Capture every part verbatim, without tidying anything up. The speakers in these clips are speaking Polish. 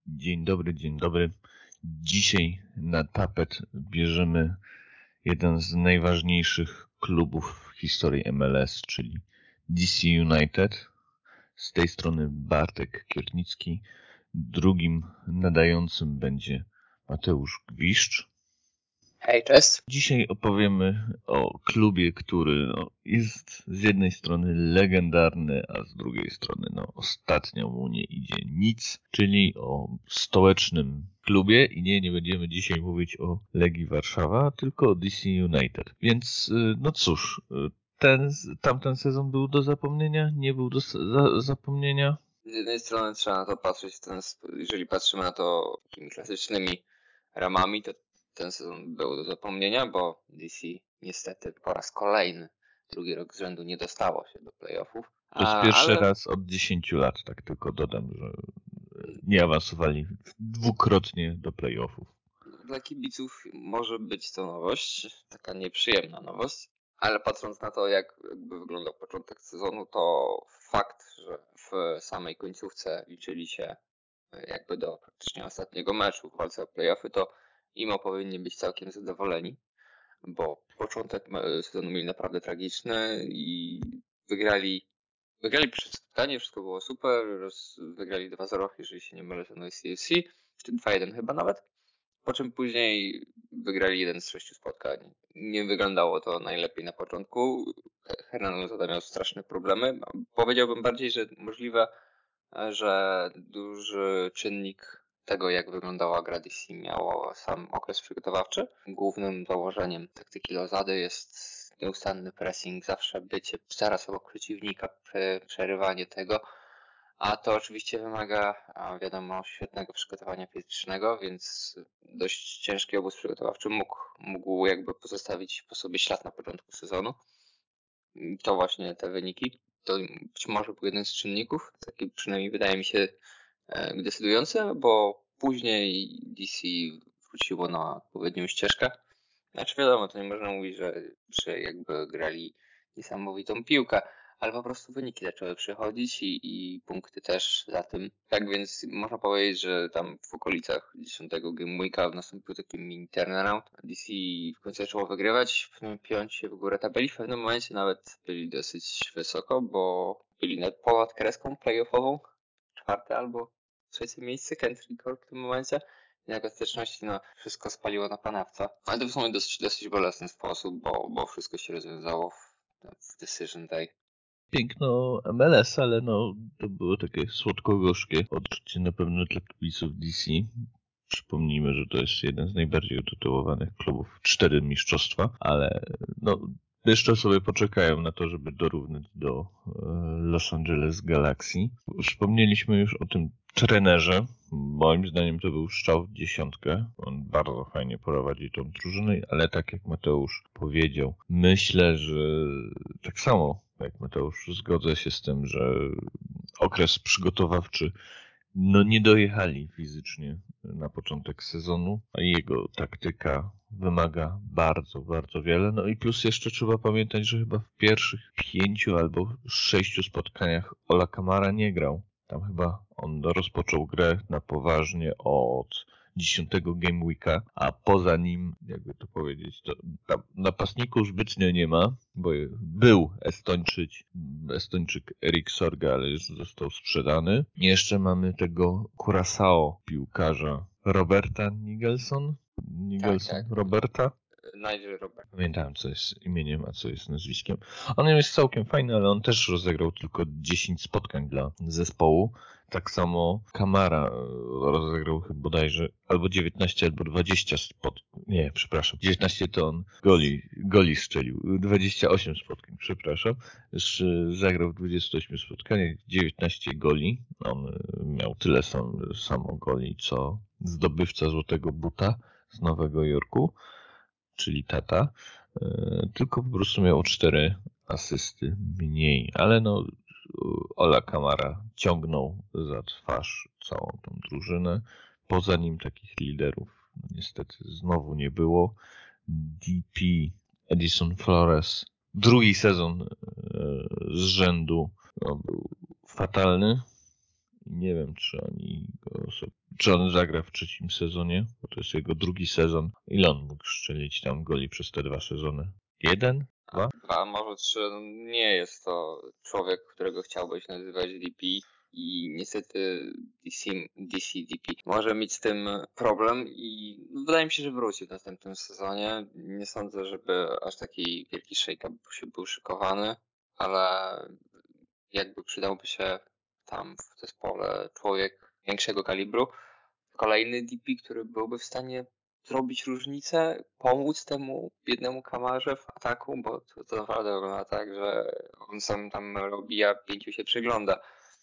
Dzień dobry, dzień dobry. Dzisiaj na tapet bierzemy jeden z najważniejszych klubów w historii M L S, czyli D C United. Z tej strony Bartek Kiernicki. Drugim nadającym będzie Mateusz Gwiszcz. Hej, cześć. Dzisiaj opowiemy o klubie, który no, jest z jednej strony legendarny, a z drugiej strony no, ostatnio mu nie idzie nic, czyli o stołecznym klubie i nie, nie będziemy dzisiaj mówić o Legii Warszawa, tylko o D C United. Więc no cóż, ten, tamten sezon był do zapomnienia, nie był do za, zapomnienia. Z jednej strony trzeba na to patrzeć, ten, jeżeli patrzymy na to takimi klasycznymi ramami, to ten sezon był do zapomnienia, bo D C niestety po raz kolejny, drugi rok z rzędu nie dostało się do playoffów. To jest pierwszy ale... raz od dziesięciu lat, tak tylko dodam, że nie awansowali dwukrotnie do playoffów. Dla kibiców może być to nowość, taka nieprzyjemna nowość, ale patrząc na to, jak jakby wyglądał początek sezonu, to fakt, że w samej końcówce liczyli się jakby do praktycznie ostatniego meczu w walce o playoffy, to Imo powinni być całkiem zadowoleni, bo początek sezonu mieli naprawdę tragiczny i wygrali wygrali pierwsze spotkanie, wszystko było super, wygrali dwa zero, jeżeli się nie mylę, to na C F C, czy dwa jeden chyba nawet, po czym później wygrali jeden z sześciu spotkań. Nie wyglądało to najlepiej na początku, Hernando miał straszne problemy, powiedziałbym bardziej, że możliwe, że duży czynnik tego, jak wyglądała gra D C, miało sam okres przygotowawczy. Głównym założeniem taktyki Lozady jest nieustanny pressing, zawsze bycie zaraz obok przeciwnika, przerywanie tego, a to oczywiście wymaga, wiadomo, świetnego przygotowania fizycznego, więc dość ciężki obóz przygotowawczy mógł, mógł jakby pozostawić po sobie ślad na początku sezonu. To właśnie te wyniki. To być może był jeden z czynników, taki przynajmniej wydaje mi się decydujący, bo później D C wróciło na odpowiednią ścieżkę. Znaczy wiadomo, to nie można mówić, że, że jakby grali niesamowitą piłkę, ale po prostu wyniki zaczęły przychodzić i, i punkty też za tym. Tak więc można powiedzieć, że tam w okolicach dziesiątego Game Weeka nastąpił taki mini turnaround. D C w końcu zaczęło wygrywać, piąć się w górę tabeli. W pewnym momencie nawet byli dosyć wysoko, bo byli nad ponad kreską playoffową. Czwarte albo trzecie miejsce, can't record w tym momencie. I na ostateczności no, wszystko spaliło na panewce. Ale to w sumie dosyć, dosyć bolesny sposób, bo, bo wszystko się rozwiązało w, w Decision Day. Piękno M L S, ale no to było takie słodko-gorzkie odczucie na pewno dla kibiców D C. Przypomnijmy, że to jest jeden z najbardziej utytułowanych klubów, cztery mistrzostwa, ale no jeszcze sobie poczekają na to, żeby dorównać do Los Angeles Galaxy. Wspomnieliśmy już o tym trenerze. Moim zdaniem to był strzał w dziesiątkę. On bardzo fajnie prowadzi tą drużynę, ale tak jak Mateusz powiedział, myślę, że tak samo jak Mateusz, zgodzę się z tym, że okres przygotowawczy no nie dojechali fizycznie na początek sezonu, a jego taktyka wymaga bardzo, bardzo wiele. No i plus jeszcze trzeba pamiętać, że chyba w pierwszych pięciu albo sześciu spotkaniach Ola Kamara nie grał. Tam chyba on rozpoczął grę na poważnie od dziesiątego Game Weeka, a poza nim, jakby to powiedzieć, to tam napastników zbytnio nie ma, bo był Estończyk, Estończyk Erik Sorga, ale już został sprzedany. Jeszcze mamy tego Curaçao piłkarza Roberta Nigelson. Nigelson Tak, tak. Roberta. Nigel Robert. Pamiętałem, co jest imieniem, a co jest nazwiskiem. On jest całkiem fajny, ale on też rozegrał tylko dziesięć spotkań dla zespołu. Tak samo Kamara rozegrał chyba bodajże albo dziewiętnaście, albo dwadzieścia spotkań. Nie, przepraszam. dziewiętnaście to on goli, goli strzelił. dwadzieścia osiem spotkań, przepraszam. Już zagrał w dwudziestu ośmiu spotkaniach, dziewiętnaście goli. On miał tyle sam, samo goli, co zdobywca Złotego Buta z Nowego Jorku, czyli tata, tylko po prostu miał cztery asysty mniej, ale no Ola Kamara ciągnął za twarz całą tą drużynę. Poza nim takich liderów no, niestety znowu nie było. D P Edison Flores drugi sezon z rzędu no, był fatalny. Nie wiem, czy oni go czy on zagra w trzecim sezonie, bo to jest jego drugi sezon. Ile on mógł strzelić tam goli przez te dwa sezony? Jeden? Dwa? Dwa, może trzy. No, nie jest to człowiek, którego chciałbyś nazywać D P i niestety D C, D C D P może mieć z tym problem i wydaje mi się, że wróci w następnym sezonie. Nie sądzę, żeby aż taki wielki shake-up się był szykowany, ale jakby przydałby się tam w zespole człowiek większego kalibru. Kolejny D P, który byłby w stanie zrobić różnicę, pomóc temu biednemu Kamarze w ataku, bo to, to naprawdę wygląda tak, że on sam tam robi, a pięciu się przygląda.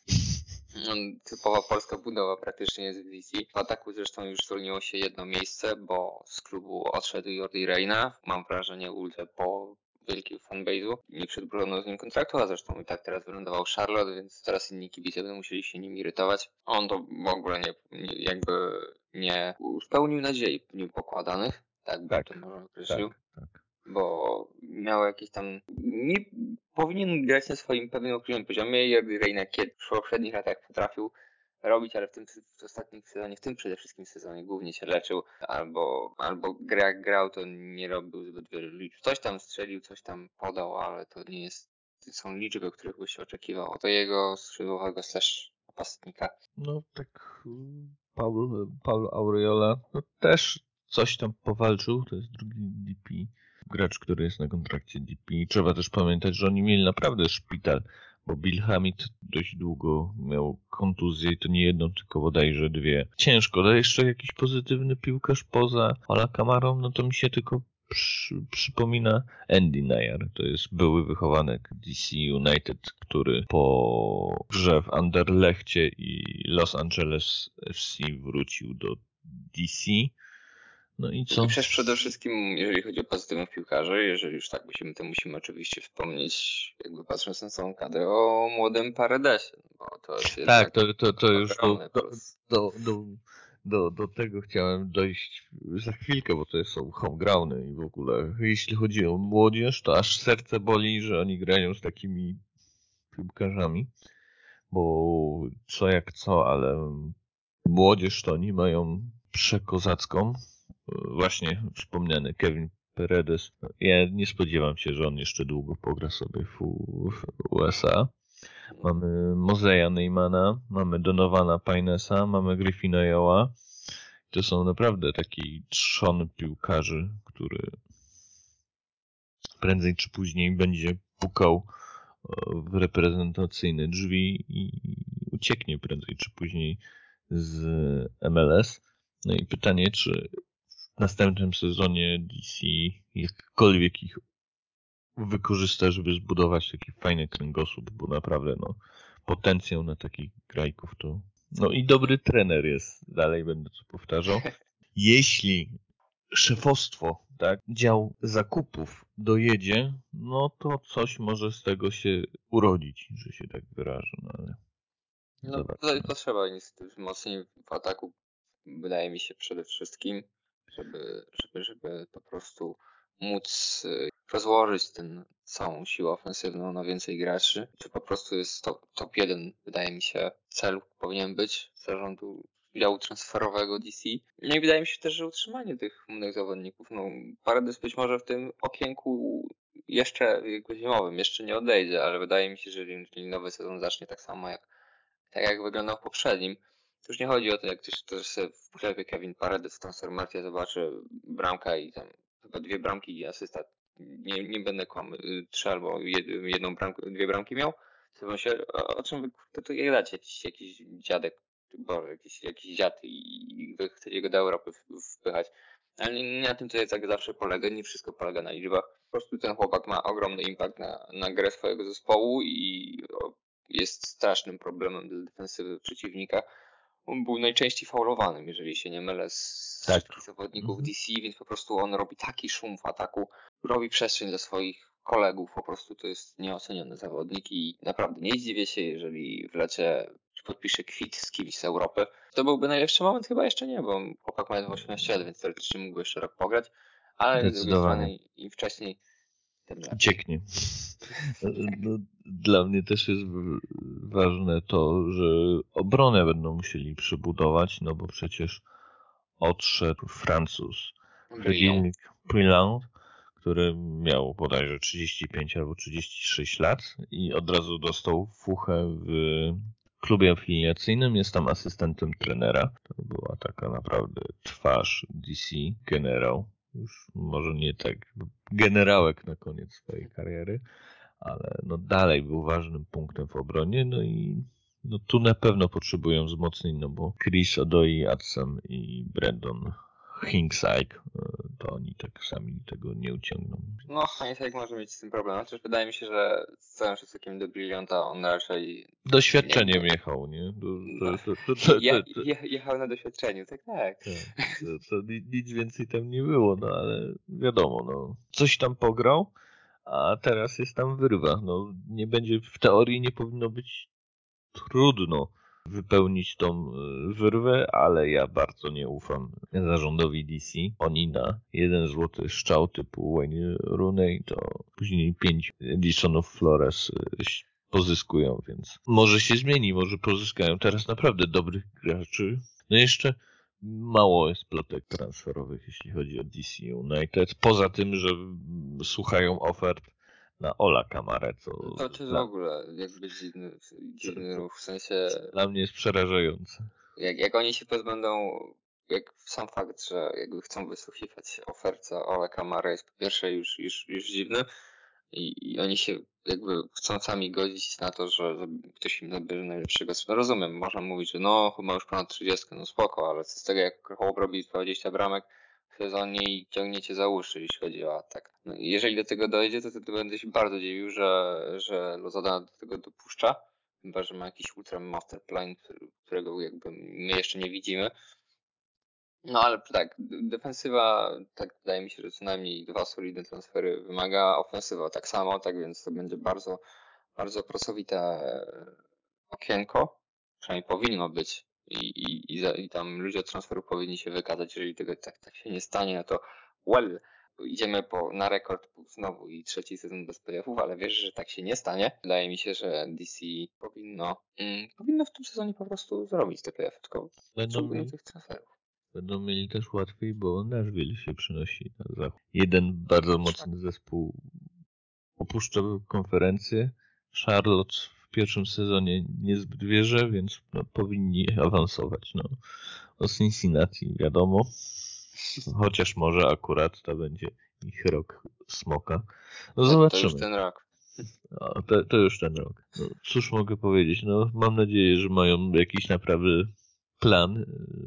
On, typowa polska budowa praktycznie jest w D C. W ataku zresztą już zwolniło się jedno miejsce, bo z klubu odszedł Jordi Reyna. Mam wrażenie, ulce po wielkim fanbase'u. Nie przedłużono z nim kontraktu, a zresztą i tak teraz wylądował Charlotte, więc teraz inni kibice będą musieli się nim irytować. On to w ogóle nie, nie jakby nie spełnił nadziei w nim pokładanych. Tak bym Tak, to może określił. tak, tak. Bo miał jakieś tam... Nie powinien grać na swoim pewnym określonym poziomie. Jordi Reyna kiedy w poprzednich latach potrafił robić, ale w tym w ostatnim sezonie, w tym przede wszystkim sezonie głównie się leczył, albo, albo gra, jak grał, to nie robił zbyt wielu liczb. Coś tam strzelił, coś tam podał, ale to nie jest, to są liczby, których by się oczekiwało. To jego skrzydłowego slash napastnika. No tak, Paul, Paul Aureola no, też coś tam powalczył, to jest drugi D P, gracz, który jest na kontrakcie D P. Trzeba też pamiętać, że oni mieli naprawdę szpital, bo Bill Hamid dość długo miał kontuzję i to nie jedną, tylko bodajże dwie. Ciężko, ale jeszcze jakiś pozytywny piłkarz poza Ola Kamarą, no to mi się tylko przy, przypomina Andy Nair. To jest były wychowanek D C United, który po grze w Anderlechcie i Los Angeles F C wrócił do D C. No i co? I przecież przede wszystkim, jeżeli chodzi o pozytywnych piłkarzy, jeżeli już tak musimy, to musimy oczywiście wspomnieć, jakby patrząc na całą kadrę, o młodym Paredesie, bo to jest Tak, jednak to, to, to już do, ogromny do, plus. do, do, do, do tego chciałem dojść za chwilkę, bo to są homegrowny i w ogóle jeśli chodzi o młodzież, to aż serce boli, że oni grają z takimi piłkarzami, bo co jak co, ale młodzież to oni mają przekozacką. Właśnie wspomniany Kevin Paredes. Ja nie spodziewam się, że on jeszcze długo pogra sobie w, w U S A. Mamy Mozeja Neymana, mamy Donowana Painesa, mamy Griffina Joa. To są naprawdę taki trzon piłkarzy, który prędzej czy później będzie pukał w reprezentacyjne drzwi i ucieknie prędzej czy później z M L S. No i pytanie, czy w następnym sezonie D C jakkolwiek ich wykorzysta, żeby zbudować taki fajny kręgosłup, bo naprawdę no, potencjał na takich grajków to... No i dobry trener jest, dalej będę co powtarzał. Jeśli szefostwo, tak, dział zakupów dojedzie, no to coś może z tego się urodzić, że się tak wyrażę, no ale No tutaj zobaczymy. potrzeba niestety wzmocnień w ataku, wydaje mi się przede wszystkim, żeby, żeby, żeby po prostu móc y, rozłożyć tę całą siłę ofensywną na więcej graczy. To po prostu jest top, top jeden, wydaje mi się, cel powinien być zarządu działu transferowego D C. No i wydaje mi się też, że utrzymanie tych młodych zawodników. No, Paredes być może w tym okienku jeszcze jakby zimowym, jeszcze nie odejdzie, ale wydaje mi się, że jeżeli nowy sezon zacznie tak samo jak tak jak wyglądał w poprzednim. To już nie chodzi o to, jak ktoś, ktoś sobie wklepie Kevin Paredes w Transfermarkcie, zobaczy bramka i tam chyba dwie bramki i asysta. Nie, nie będę kłamał, trzy albo jed, jedną bramkę, dwie bramki miał. To się, o, o czym wy, to, to jak dacie jakiś, jakiś dziadek, boże, jakiś, jakiś dziad i, i wy chcecie go do Europy wpychać. Ale nie, nie na tym to jest tak zawsze polega, nie wszystko polega na liczbach. Po prostu ten chłopak ma ogromny impact na, na grę swojego zespołu i o, jest strasznym problemem dla defensywy przeciwnika. On był najczęściej faulowanym, jeżeli się nie mylę, z Tak. wszystkich zawodników Mhm. D C, więc po prostu on robi taki szum w ataku, robi przestrzeń dla swoich kolegów, po prostu to jest nieoceniony zawodnik i naprawdę nie zdziwię się, jeżeli w lecie podpisze kwit z kimś z Europy. To byłby najlepszy moment? Chyba jeszcze nie, bo chłopak ma osiemnaście lat, więc teoretycznie mógłby jeszcze rok pograć, ale z drugiej Zdecydowanie. strony im wcześniej tym lepiej. Cieknie. No, dla mnie też jest ważne to, że obronę będą musieli przebudować, no bo przecież odszedł Francuz Brillant, który miał bodajże trzydzieści pięć albo trzydzieści sześć lat i od razu dostał fuchę w klubie afiliacyjnym, jest tam asystentem trenera. To była taka naprawdę twarz D C, generał. Już może nie tak generałek na koniec swojej kariery, ale no dalej był ważnym punktem w obronie, no i no tu na pewno potrzebują wzmocnień, no bo Chris Odoi-Atsem i Brandon Hinksike, to oni tak sami tego nie uciągną. No, Hinksike może mieć z tym problem, chociaż wydaje mi się, że z całym szacunkiem do Brillanta on raczej... Doświadczeniem jakby... jechał, nie? To, to, to, to, to, je, je, jechał na doświadczeniu, tak, tak. tak to, to nic więcej tam nie było, no ale wiadomo, no coś tam pograł, a teraz jest tam wyrwa. No nie będzie, w teorii nie powinno być trudno wypełnić tą wyrwę, ale ja bardzo nie ufam zarządowi D C. Oni na jeden złoty strzał typu Wayne Rooney to później pięć Edisonów Flores pozyskują, więc może się zmieni, może pozyskają teraz naprawdę dobrych graczy. No jeszcze mało jest plotek transferowych, jeśli chodzi o D C United. Poza tym, że słuchają ofert na Ola Kamarę, co... To czy w ogóle jakby dziwny, dziwny ruch, w sensie... Dla mnie jest przerażające. Jak, jak oni się pozbędą, jak sam fakt, że jakby chcą wysłuchiwać oferta Ola Kamara jest po pierwsze już, już, już dziwny i, i oni się jakby chcą sami godzić na to, że, że ktoś im zabierze najlepszego. No rozumiem, można mówić, że no chyba już ponad trzydzieści, no spoko, ale co z tego jak Chłop robi dwadzieścia bramek w sezonie i ciągniecie za uszy, jeśli chodzi o atak. No, jeżeli do tego dojdzie, to wtedy będę się bardzo dziwił, że, że Lozada do tego dopuszcza. Chyba że ma jakiś ultra master plan, którego jakby my jeszcze nie widzimy. No ale tak, defensywa, tak wydaje mi się, że co najmniej dwa solidne transfery wymaga, ofensywa tak samo, tak więc to będzie bardzo, bardzo pracowite okienko, przynajmniej powinno być i, i, i, za, i tam ludzie od transferu powinni się wykazać, jeżeli tego tak, tak się nie stanie, no to well, idziemy po, na rekord znowu i trzeci sezon bez playoffów, ale wiesz, że tak się nie stanie. Wydaje mi się, że D C powinno, mm, powinno w tym sezonie po prostu zrobić te playoffy, tylko potrzebują tych transferów. Będą mieli też łatwiej, bo Nashville się przynosi na zachód. Jeden bardzo mocny zespół opuszcza konferencję. Charlotte w pierwszym sezonie niezbyt wierzę, więc no, powinni awansować. No. O Cincinnati wiadomo, chociaż może akurat to będzie ich rok smoka. No zobaczymy. To już ten rok. No, to, to już ten rok. No, cóż mogę powiedzieć? No, mam nadzieję, że mają jakiś naprawdę plan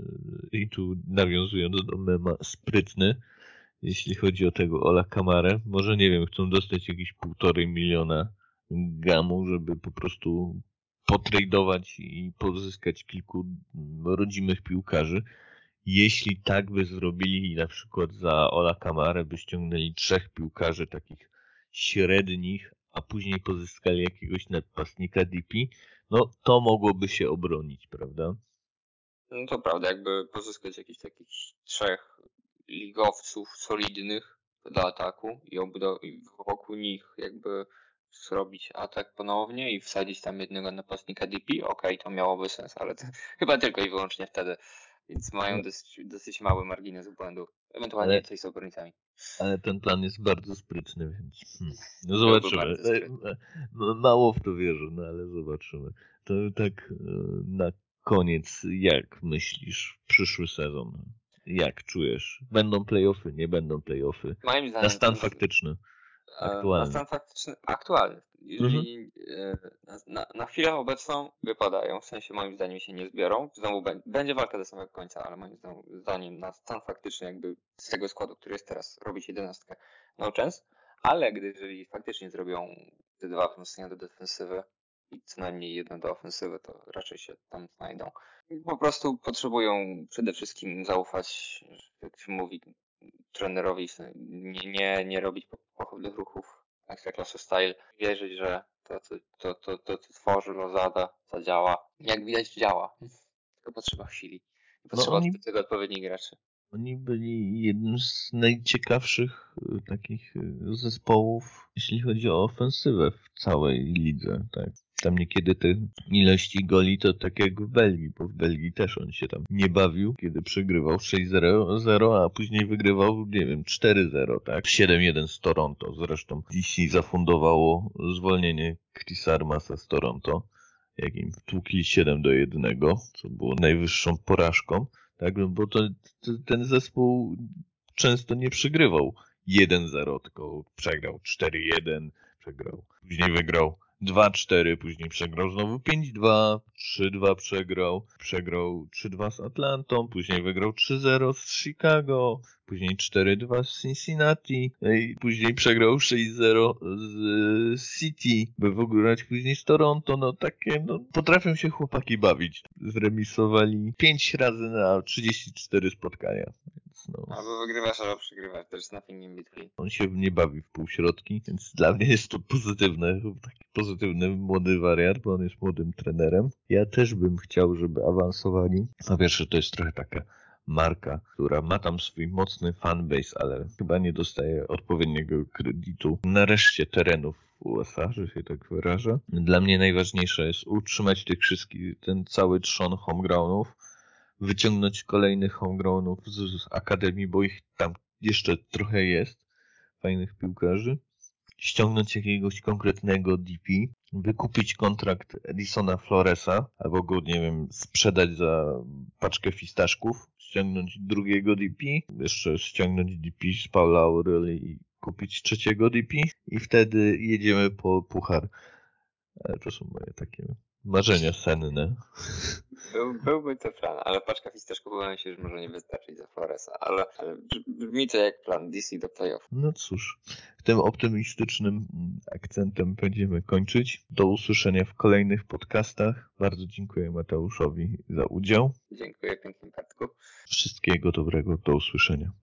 i tu nawiązując do mema sprytny, jeśli chodzi o tego Ola Kamarę. Może nie wiem, chcą dostać jakieś półtorej miliona gamu, żeby po prostu potradować i pozyskać kilku rodzimych piłkarzy. Jeśli tak by zrobili na przykład za Ola Kamarę, by ściągnęli trzech piłkarzy takich średnich, a później pozyskali jakiegoś napastnika D P, no to mogłoby się obronić, prawda? No to prawda, jakby pozyskać jakichś takich trzech ligowców solidnych do ataku i, obudow- i wokół nich jakby zrobić atak ponownie i wsadzić tam jednego napastnika D P, okej, okay, to miałoby sens, ale to chyba tylko i wyłącznie wtedy, więc mają dosyć, dosyć mały margines błędu, ewentualnie ale, coś z obrońcami. Ale ten plan jest bardzo sprytny, więc hmm. no zobaczymy. Mało w to wierzę, no ale zobaczymy. To tak na koniec, jak myślisz przyszły sezon? Jak czujesz? Będą play-offy, nie będą play-offy? Moim zdaniem na stan faktyczny. Aktualny. Na stan faktyczny, aktualny. Jeżeli mhm. na, na, na chwilę obecną wypadają, w sensie moim zdaniem się nie zbiorą, znowu będzie, będzie walka do samego końca, ale moim zdaniem na stan faktyczny jakby z tego składu, który jest teraz, robić jedenastkę, no chance, ale gdy jeżeli faktycznie zrobią te dwa wzmocnienia do defensywy i co najmniej jedno do ofensywy, to raczej się tam znajdą. Po prostu potrzebują przede wszystkim zaufać, jak się mówi, trenerowi, nie, nie, nie robić pochopnych ruchów ekstraklasy style, wierzyć, że to, to, to, to, to co tworzy Lozada, zadziała. Jak widać działa, tylko potrzeba chwili i potrzeba no oni, do tego odpowiednich graczy. Oni byli jednym z najciekawszych y, takich y, zespołów, jeśli chodzi o ofensywę w całej lidze, tak. Tam niekiedy te ilości goli to tak jak w Belgii, bo w Belgii też on się tam nie bawił, kiedy przegrywał sześć zero, a później wygrywał, nie wiem, cztery zero, tak? siedem jeden z Toronto. Zresztą D C zafundowało zwolnienie Chrisa Armasa z Toronto, jak im wtłukli siedem do jednego, co było najwyższą porażką, tak? No bo to, to, ten zespół często nie przegrywał jeden zero, tylko przegrał cztery jeden, przegrał, później wygrał dwa cztery, później przegrał znowu pięć dwa, trzy dwa przegrał, przegrał trzy dwa z Atlantą, później wygrał trzy zero z Chicago, później cztery dwa z Cincinnati, i później przegrał sześć zero z City, by wygrać później z Toronto. No takie, no potrafią się chłopaki bawić. Zremisowali pięć razy na trzydzieści cztery spotkania. No. Albo wygrywasz, albo przegrywasz. There's nothing in between. On się nie bawi w półśrodki, więc dla mnie jest to pozytywne, taki pozytywny młody wariat, bo on jest młodym trenerem. Ja też bym chciał, żeby awansowali. Po pierwsze, to jest trochę taka marka, która ma tam swój mocny fanbase, ale chyba nie dostaje odpowiedniego kredytu na reszcie terenów w U S A, że się tak wyrażę. Dla mnie najważniejsze jest utrzymać tych wszystkich, ten cały trzon homegrownów, wyciągnąć kolejnych homegrownów z, z akademii, bo ich tam jeszcze trochę jest, fajnych piłkarzy, ściągnąć jakiegoś konkretnego D P, wykupić kontrakt Edisona Floresa, albo go, nie wiem, sprzedać za paczkę fistaszków, ściągnąć drugiego D P, jeszcze ściągnąć D P z Paula Aureli i kupić trzeciego D P i wtedy jedziemy po puchar. Ale to są moje takie marzenia senne. Był, byłby to plan, ale paczka fistaszków wydaje mi się, że może nie wystarczyć za Floresa, ale, ale brzmi to jak plan D C do playoff. No cóż, tym optymistycznym akcentem będziemy kończyć. Do usłyszenia w kolejnych podcastach. Bardzo dziękuję Mateuszowi za udział. Dziękuję pięknie, Bartku. Wszystkiego dobrego, do usłyszenia.